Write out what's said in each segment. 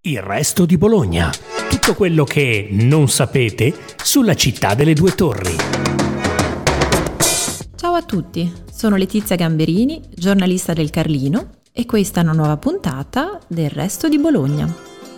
Il resto di Bologna. Tutto quello che non sapete sulla città delle due torri. Ciao a tutti, sono Letizia Gamberini, giornalista del Carlino, e questa è una nuova puntata del resto di Bologna.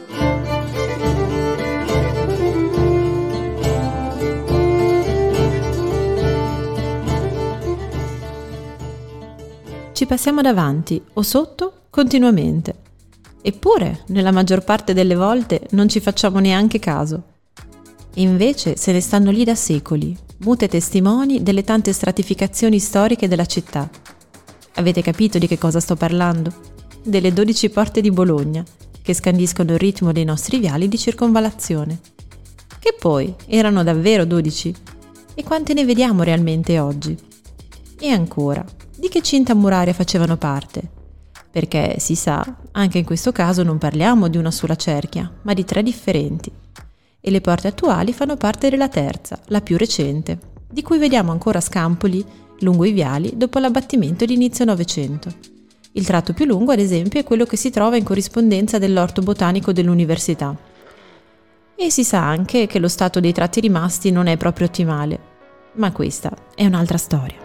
Ci passiamo davanti o sotto continuamente. Eppure, nella maggior parte delle volte non ci facciamo neanche caso. E invece se ne stanno lì da secoli, mute testimoni delle tante stratificazioni storiche della città. Avete capito di che cosa sto parlando? Delle 12 porte di Bologna, che scandiscono il ritmo dei nostri viali di circonvallazione. Che poi erano davvero 12? E quante ne vediamo realmente oggi? E ancora, di che cinta muraria facevano parte? Perché, si sa, anche in questo caso non parliamo di una sola cerchia, ma di 3 differenti. E le porte attuali fanno parte della terza, la più recente, di cui vediamo ancora scampoli lungo i viali dopo l'abbattimento di inizio Novecento. Il tratto più lungo, ad esempio, è quello che si trova in corrispondenza dell'orto botanico dell'università. E si sa anche che lo stato dei tratti rimasti non è proprio ottimale, ma questa è un'altra storia.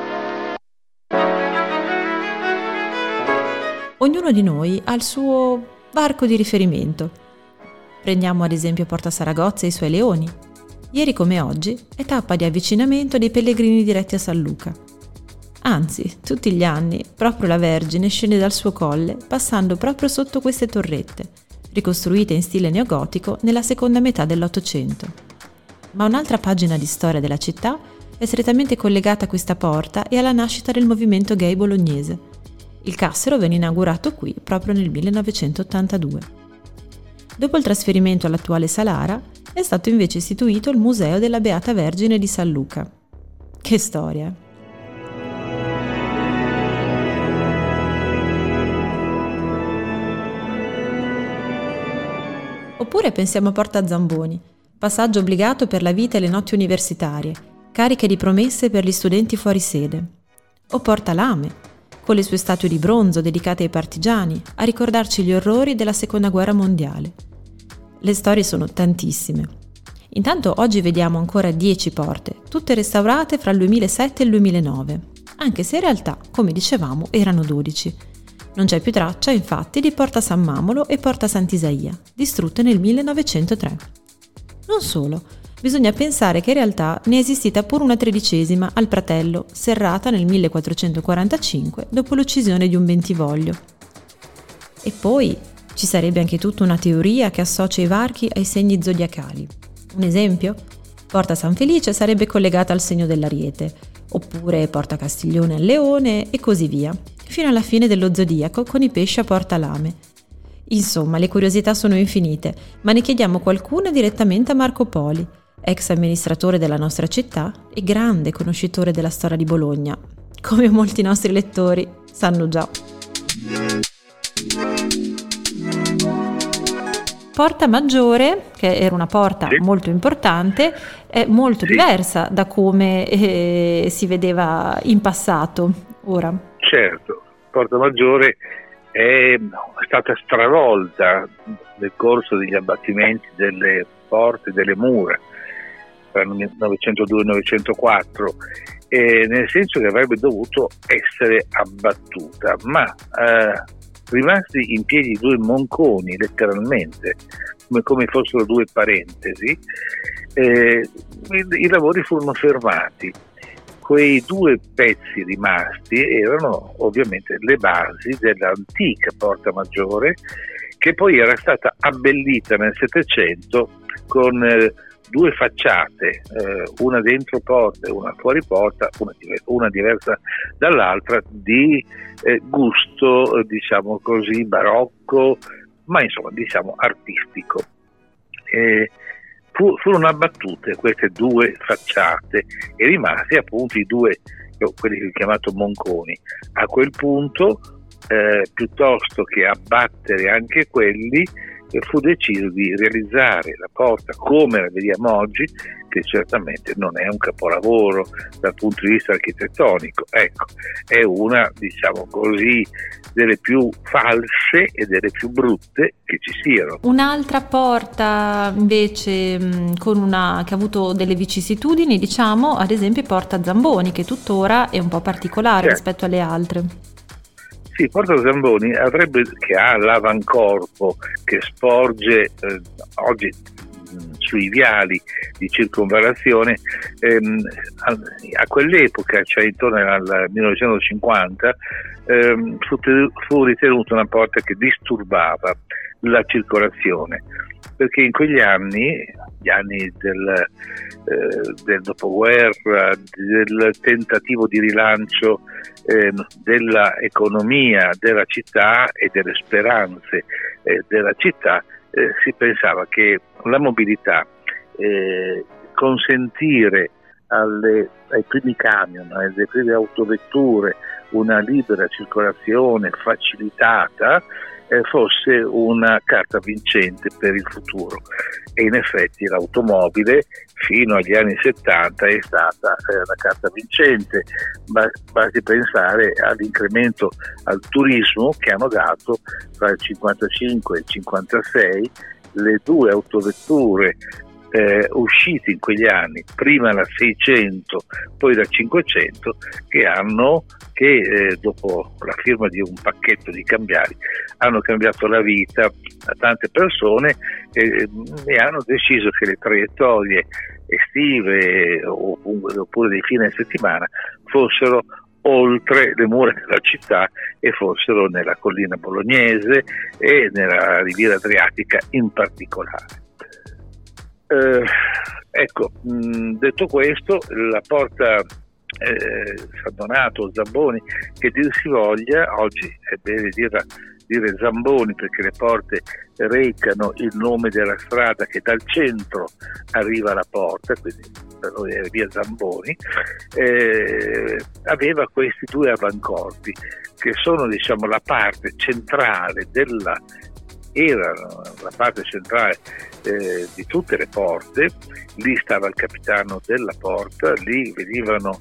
Ognuno di noi ha il suo varco di riferimento. Prendiamo ad esempio Porta Saragozza e i suoi leoni. Ieri come oggi è tappa di avvicinamento dei pellegrini diretti a San Luca. Anzi, tutti gli anni, proprio la Vergine scende dal suo colle passando proprio sotto queste torrette, ricostruite in stile neogotico nella seconda metà dell'Ottocento. Ma un'altra pagina di storia della città è strettamente collegata a questa porta e alla nascita del movimento gay bolognese. Il Cassero venne inaugurato qui proprio nel 1982. Dopo il trasferimento all'attuale Salara, è stato invece istituito il Museo della Beata Vergine di San Luca. Che storia! Oppure pensiamo a Porta Zamboni, passaggio obbligato per la vita e le notti universitarie, cariche di promesse per gli studenti fuori sede. O Porta Lame, con le sue statue di bronzo dedicate ai partigiani, a ricordarci gli orrori della Seconda Guerra Mondiale. Le storie sono tantissime. Intanto oggi vediamo ancora 10 porte, tutte restaurate fra il 2007 e il 2009, anche se in realtà, come dicevamo, erano 12. Non c'è più traccia, infatti, di Porta San Mamolo e Porta Sant'Isaia, distrutte nel 1903. Non solo, bisogna pensare che in realtà ne è esistita pure una 13ª al Pratello, serrata nel 1445 dopo l'uccisione di un Bentivoglio. E poi ci sarebbe anche tutta una teoria che associa i varchi ai segni zodiacali. Un esempio? Porta San Felice sarebbe collegata al segno dell'Ariete, oppure Porta Castiglione al Leone e così via, fino alla fine dello zodiaco con i pesci a Porta Lame. Insomma, le curiosità sono infinite, ma ne chiediamo qualcuna direttamente a Marco Poli, ex amministratore della nostra città e grande conoscitore della storia di Bologna, come molti nostri lettori sanno già. Porta Maggiore, che era una porta molto importante, è molto diversa da come si vedeva in passato ora. Certo, Porta Maggiore è stata stravolta nel corso degli abbattimenti delle porte, delle mura, tra il 1902 e il 1904, nel senso che avrebbe dovuto essere abbattuta, ma rimasti in piedi 2 monconi, letteralmente, come fossero 2 parentesi, i lavori furono fermati. Quei 2 pezzi rimasti erano ovviamente le basi dell'antica Porta Maggiore, che poi era stata abbellita nel Settecento con 2 facciate, una dentro porta e una fuori porta, una diversa dall'altra, di gusto, diciamo così, barocco, ma insomma, diciamo, artistico. Furono abbattute queste 2 facciate e rimasti appunto i 2, quelli che ho chiamato monconi. A quel punto, piuttosto che abbattere anche quelli, fu deciso di realizzare la porta come la vediamo oggi, che certamente non è un capolavoro dal punto di vista architettonico, ecco, è una, diciamo così, delle più false e delle più brutte che ci siano. Un'altra porta invece che ha avuto delle vicissitudini, diciamo, ad esempio Porta Zamboni, che tuttora è un po' particolare rispetto alle altre. Sì, Porta Zamboni che ha l'avancorpo che sporge oggi sui viali di circonvallazione, a quell'epoca, cioè intorno al 1950, fu ritenuta una porta che disturbava la circolazione, perché in quegli anni, gli anni del dopoguerra, del tentativo di rilancio della economia della città e delle speranze della città, si pensava che la mobilità, consentire ai primi camion, alle prime autovetture una libera circolazione facilitata fosse una carta vincente per il futuro, e in effetti l'automobile fino agli anni 70 è stata la carta vincente. Basti pensare all'incremento al turismo che hanno dato tra il 55 e il 56 le due autovetture uscite in quegli anni, prima la 600, poi la 500, che dopo la firma di un pacchetto di cambiali hanno cambiato la vita a tante persone e hanno deciso che le traiettorie estive oppure dei fine settimana fossero oltre le mura della città e fossero nella collina bolognese e nella riviera adriatica in particolare. Ecco, detto questo, la porta San Donato, Zamboni, che dir si voglia, oggi è bene dire Zamboni perché le porte recano il nome della strada che dal centro arriva alla porta, quindi per noi è via Zamboni, aveva questi due avancorpi che sono, diciamo, la parte centrale di tutte le porte. Lì stava il capitano della porta, lì venivano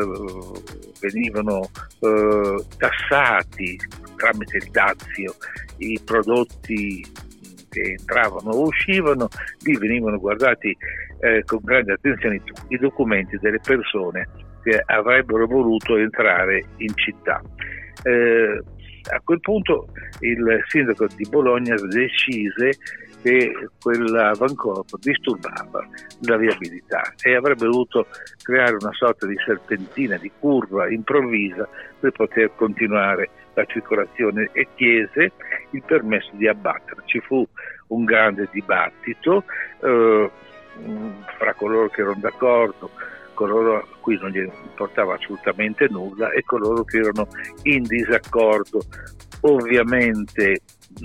tassati tramite il dazio i prodotti che entravano o uscivano, lì venivano guardati con grande attenzione i documenti delle persone che avrebbero voluto entrare in città. A quel punto il sindaco di Bologna decise che quell'avancorpo disturbava la viabilità e avrebbe dovuto creare una sorta di serpentina, di curva improvvisa per poter continuare la circolazione, e chiese il permesso di abbattere. Ci fu un grande dibattito fra coloro che erano d'accordo, coloro a cui non gli importava assolutamente nulla e coloro che erano in disaccordo. Ovviamente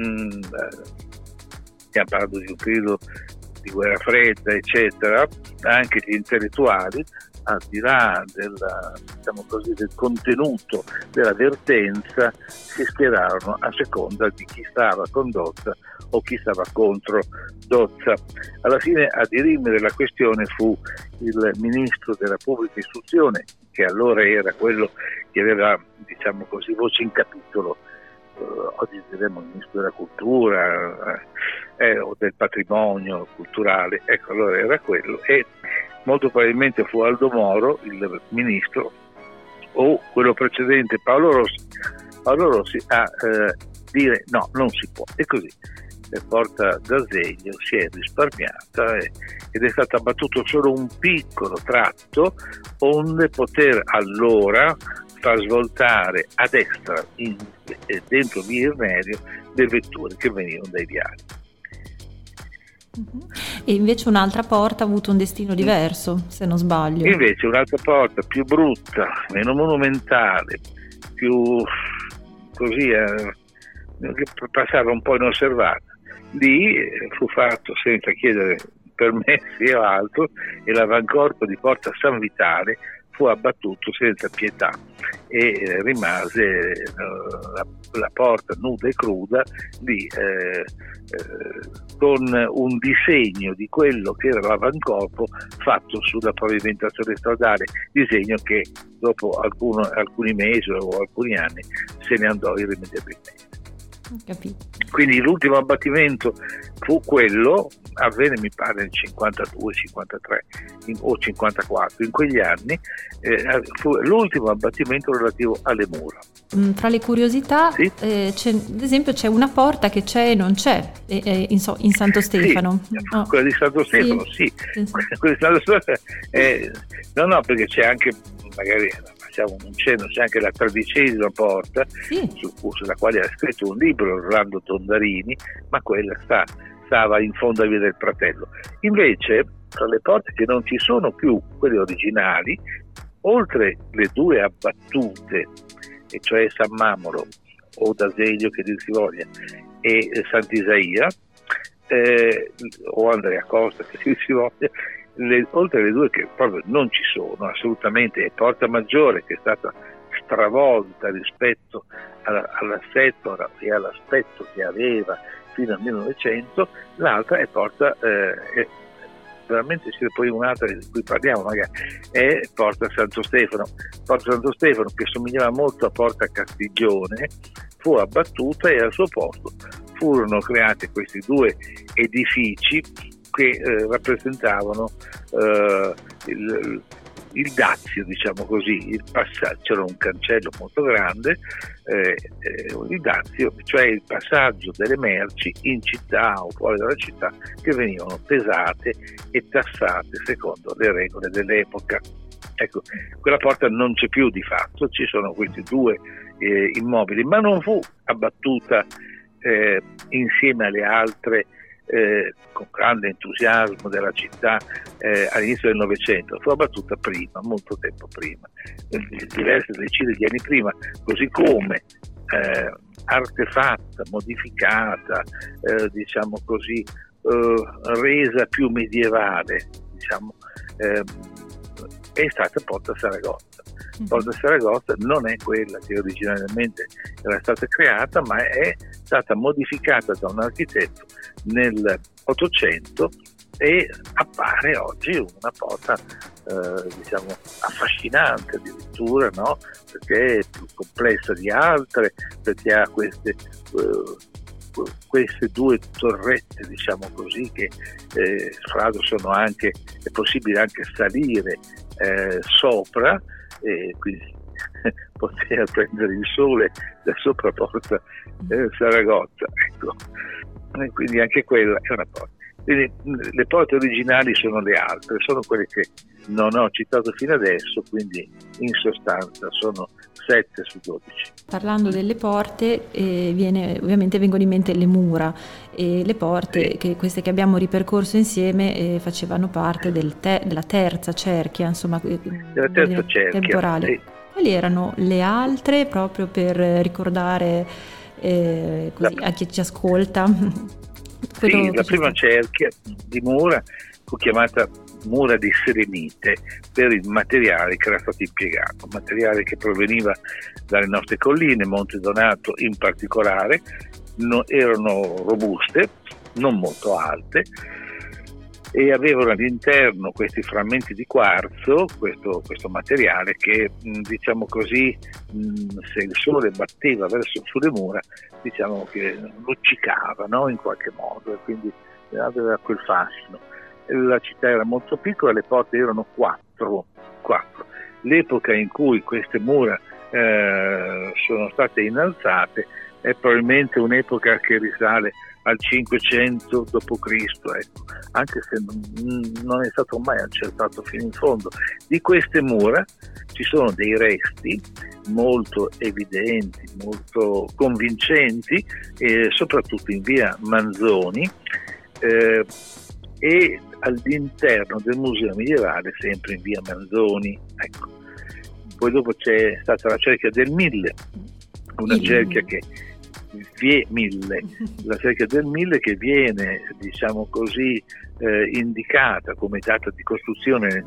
stiamo parlando di un periodo di guerra fredda, eccetera, anche gli intellettuali, al di là del contenuto dell'avvertenza, si schierarono a seconda di chi stava con Dozza o chi stava contro Dozza. Alla fine a dirimere la questione fu il ministro della pubblica istruzione, che allora era quello che aveva, diciamo così, voce in capitolo. Oggi diremo il ministro della cultura o del patrimonio culturale, ecco, allora era quello, e molto probabilmente fu Aldo Moro il ministro, o quello precedente Paolo Rossi a dire no, non si può, e così Porta d'Azeglio si è risparmiata ed è stato abbattuto solo un piccolo tratto onde poter allora far svoltare a destra dentro via Irnerio le vetture che venivano dai viali. E invece un'altra porta ha avuto un destino diverso, se non sbaglio. Invece un'altra porta più brutta, meno monumentale, più così, che passava un po' inosservata. Lì fu fatto senza chiedere permessi o altro, e l'avancorpo di Porta San Vitale fu abbattuto senza pietà e rimase la porta nuda e cruda lì, con un disegno di quello che era l'avancorpo fatto sulla pavimentazione stradale, disegno che dopo alcuni mesi o alcuni anni se ne andò irrimediabilmente. Capito. Quindi l'ultimo abbattimento fu quello, avvenne mi pare nel 52, 53 o 54, in quegli anni fu l'ultimo abbattimento relativo alle mura. Tra le curiosità, sì? Ad esempio c'è una porta che c'è e non c'è in Santo Stefano. Sì, quella di Santo Stefano, sì. Quella di Santo Stefano, no, perché c'è anche, magari facciamo un cenno, c'è anche la 13ª porta, sì, sulla quale ha scritto un libro Orlando Tondarini, ma quella stava in fondo a Via del Pratello. Invece, tra le porte che non ci sono più, quelle originali, oltre le due abbattute, e cioè San Mamolo o D'Azeglio, che dir si voglia, e Sant'Isaia, o Andrea Costa, che dir si voglia, oltre le due che proprio non ci sono assolutamente, è Porta Maggiore, che è stata stravolta rispetto all'assetto e all'aspetto che aveva fino al 1900, l'altra è Porta, veramente c'è poi un'altra di cui parliamo magari, è Porta Santo Stefano. Porta Santo Stefano, che somigliava molto a Porta Castiglione, fu abbattuta e al suo posto furono creati questi due edifici che rappresentavano il dazio, diciamo così, il passaggio. C'era un cancello molto grande, il dazio, cioè il passaggio delle merci in città o fuori dalla città, che venivano pesate e tassate secondo le regole dell'epoca. Ecco, quella porta non c'è più di fatto, ci sono questi due immobili, ma non fu abbattuta insieme alle altre con grande entusiasmo della città all'inizio del Novecento, fu abbattuta prima, molto tempo prima, diverse decine di anni prima, così come artefatta, modificata, diciamo così, resa più medievale, diciamo, è stata Porta Saragozza. Porta Saragozza non è quella che originariamente era stata creata, ma è stata modificata da un architetto nel 800 e appare oggi una porta diciamo affascinante addirittura, no? Perché è più complessa di altre, perché ha queste due torrette, diciamo così, che fra l'altro sono anche, è possibile anche salire sopra, e quindi poter prendere il sole da sopra Porta Saragozza, ecco. E quindi anche quella è una porta. Quindi le porte originali sono le altre, sono quelle che non ho citato fino adesso, quindi in sostanza sono 7 su 12. Parlando delle porte ovviamente vengono in mente le mura, e le porte, sì, queste che abbiamo ripercorso insieme facevano parte della terza cerchia, insomma, della terza cerchia temporale. Sì. Quali erano le altre, proprio per ricordare così a chi ci ascolta? Sì, la prima cerchia di mura fu chiamata mura di serenite per il materiale che era stato impiegato, materiale che proveniva dalle nostre colline, Monte Donato in particolare, erano robuste, non molto alte, e avevano all'interno questi frammenti di quarzo, questo materiale che, diciamo così, se il sole batteva sulle mura, diciamo che luccicava, no? In qualche modo, e quindi aveva quel fascino. La città era molto piccola, le porte erano 4. L'epoca in cui queste mura sono state innalzate è probabilmente un'epoca che risale al 500 d.C., ecco, anche se non è stato mai accertato fino in fondo. Di queste mura ci sono dei resti molto evidenti, molto convincenti, soprattutto in via Manzoni, e all'interno del Museo Medievale, sempre in via Manzoni, ecco. Poi dopo c'è stata la cerchia del 1000, una cerchia che la cerchia del Mille, che viene, diciamo così, indicata come data di costruzione nel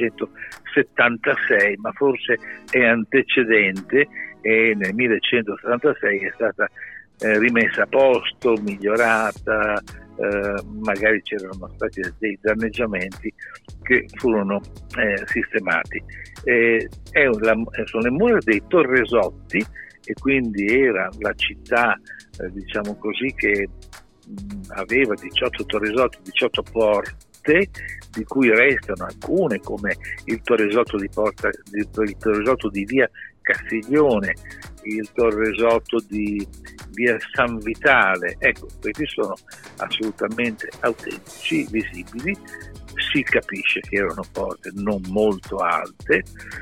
1176, ma forse è antecedente, e nel 1176 è stata rimessa a posto, migliorata, magari c'erano stati dei danneggiamenti che furono sistemati. Sono le mura dei Torresotti, e quindi era la città, diciamo così, che aveva 18 torresotti, 18 porte, di cui restano alcune, come il torresotto il torresotto di via Castiglione, il torresotto di via San Vitale. Ecco, questi sono assolutamente autentici, visibili. Si capisce che erano porte non molto alte,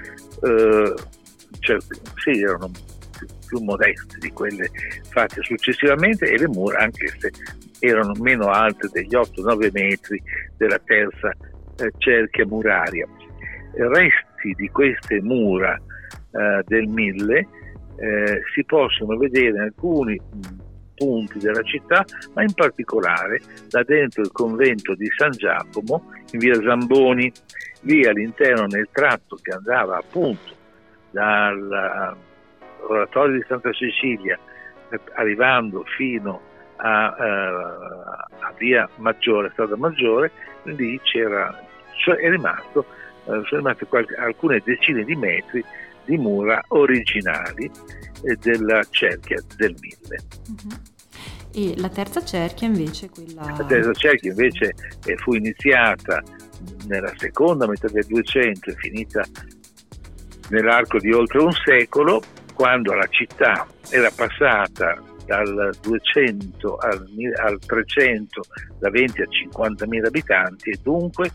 erano più modeste di quelle fatte successivamente, e le mura, anche se erano meno alte degli 8-9 metri della terza cerchia muraria. Resti di queste mura del Mille si possono vedere in alcuni punti della città, ma in particolare da dentro il convento di San Giacomo in via Zamboni, lì all'interno, nel tratto che andava appunto dall'oratorio di Santa Cecilia arrivando fino a via Maggiore, strada Maggiore. Lì sono rimaste alcune decine di metri di mura originali della cerchia del Mille. E la terza cerchia invece, La terza cerchia invece fu iniziata nella seconda metà del 200 e finita nell'arco di oltre un secolo, quando la città era passata dal 200 al 300, da 20 a 50.000 abitanti, e dunque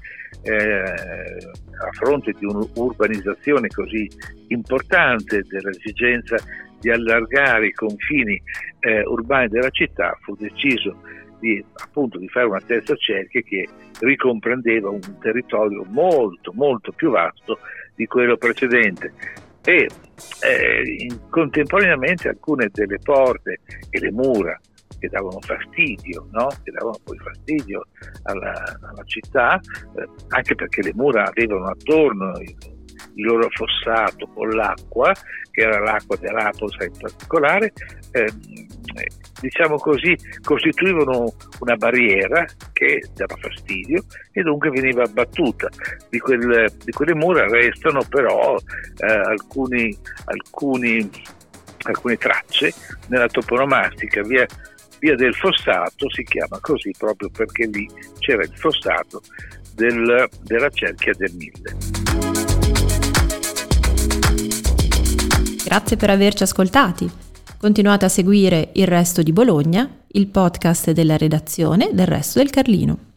a fronte di un'urbanizzazione così importante, dell'esigenza di allargare i confini urbani della città, fu deciso di fare una terza cerchia che ricomprendeva un territorio molto molto più vasto di quello precedente. E contemporaneamente alcune delle porte e le mura che davano fastidio, che davano poi fastidio alla città, anche perché le mura avevano attorno il loro fossato con l'acqua, che era l'acqua dell'Aposa in particolare, diciamo così, costituivano una barriera che dava fastidio e dunque veniva abbattuta. Di quelle mura restano però alcune tracce nella toponomastica. Via del Fossato si chiama così proprio perché lì c'era il fossato della cerchia del Mille. Grazie per averci ascoltati. Continuate a seguire Il Resto di Bologna, il podcast della redazione del Resto del Carlino.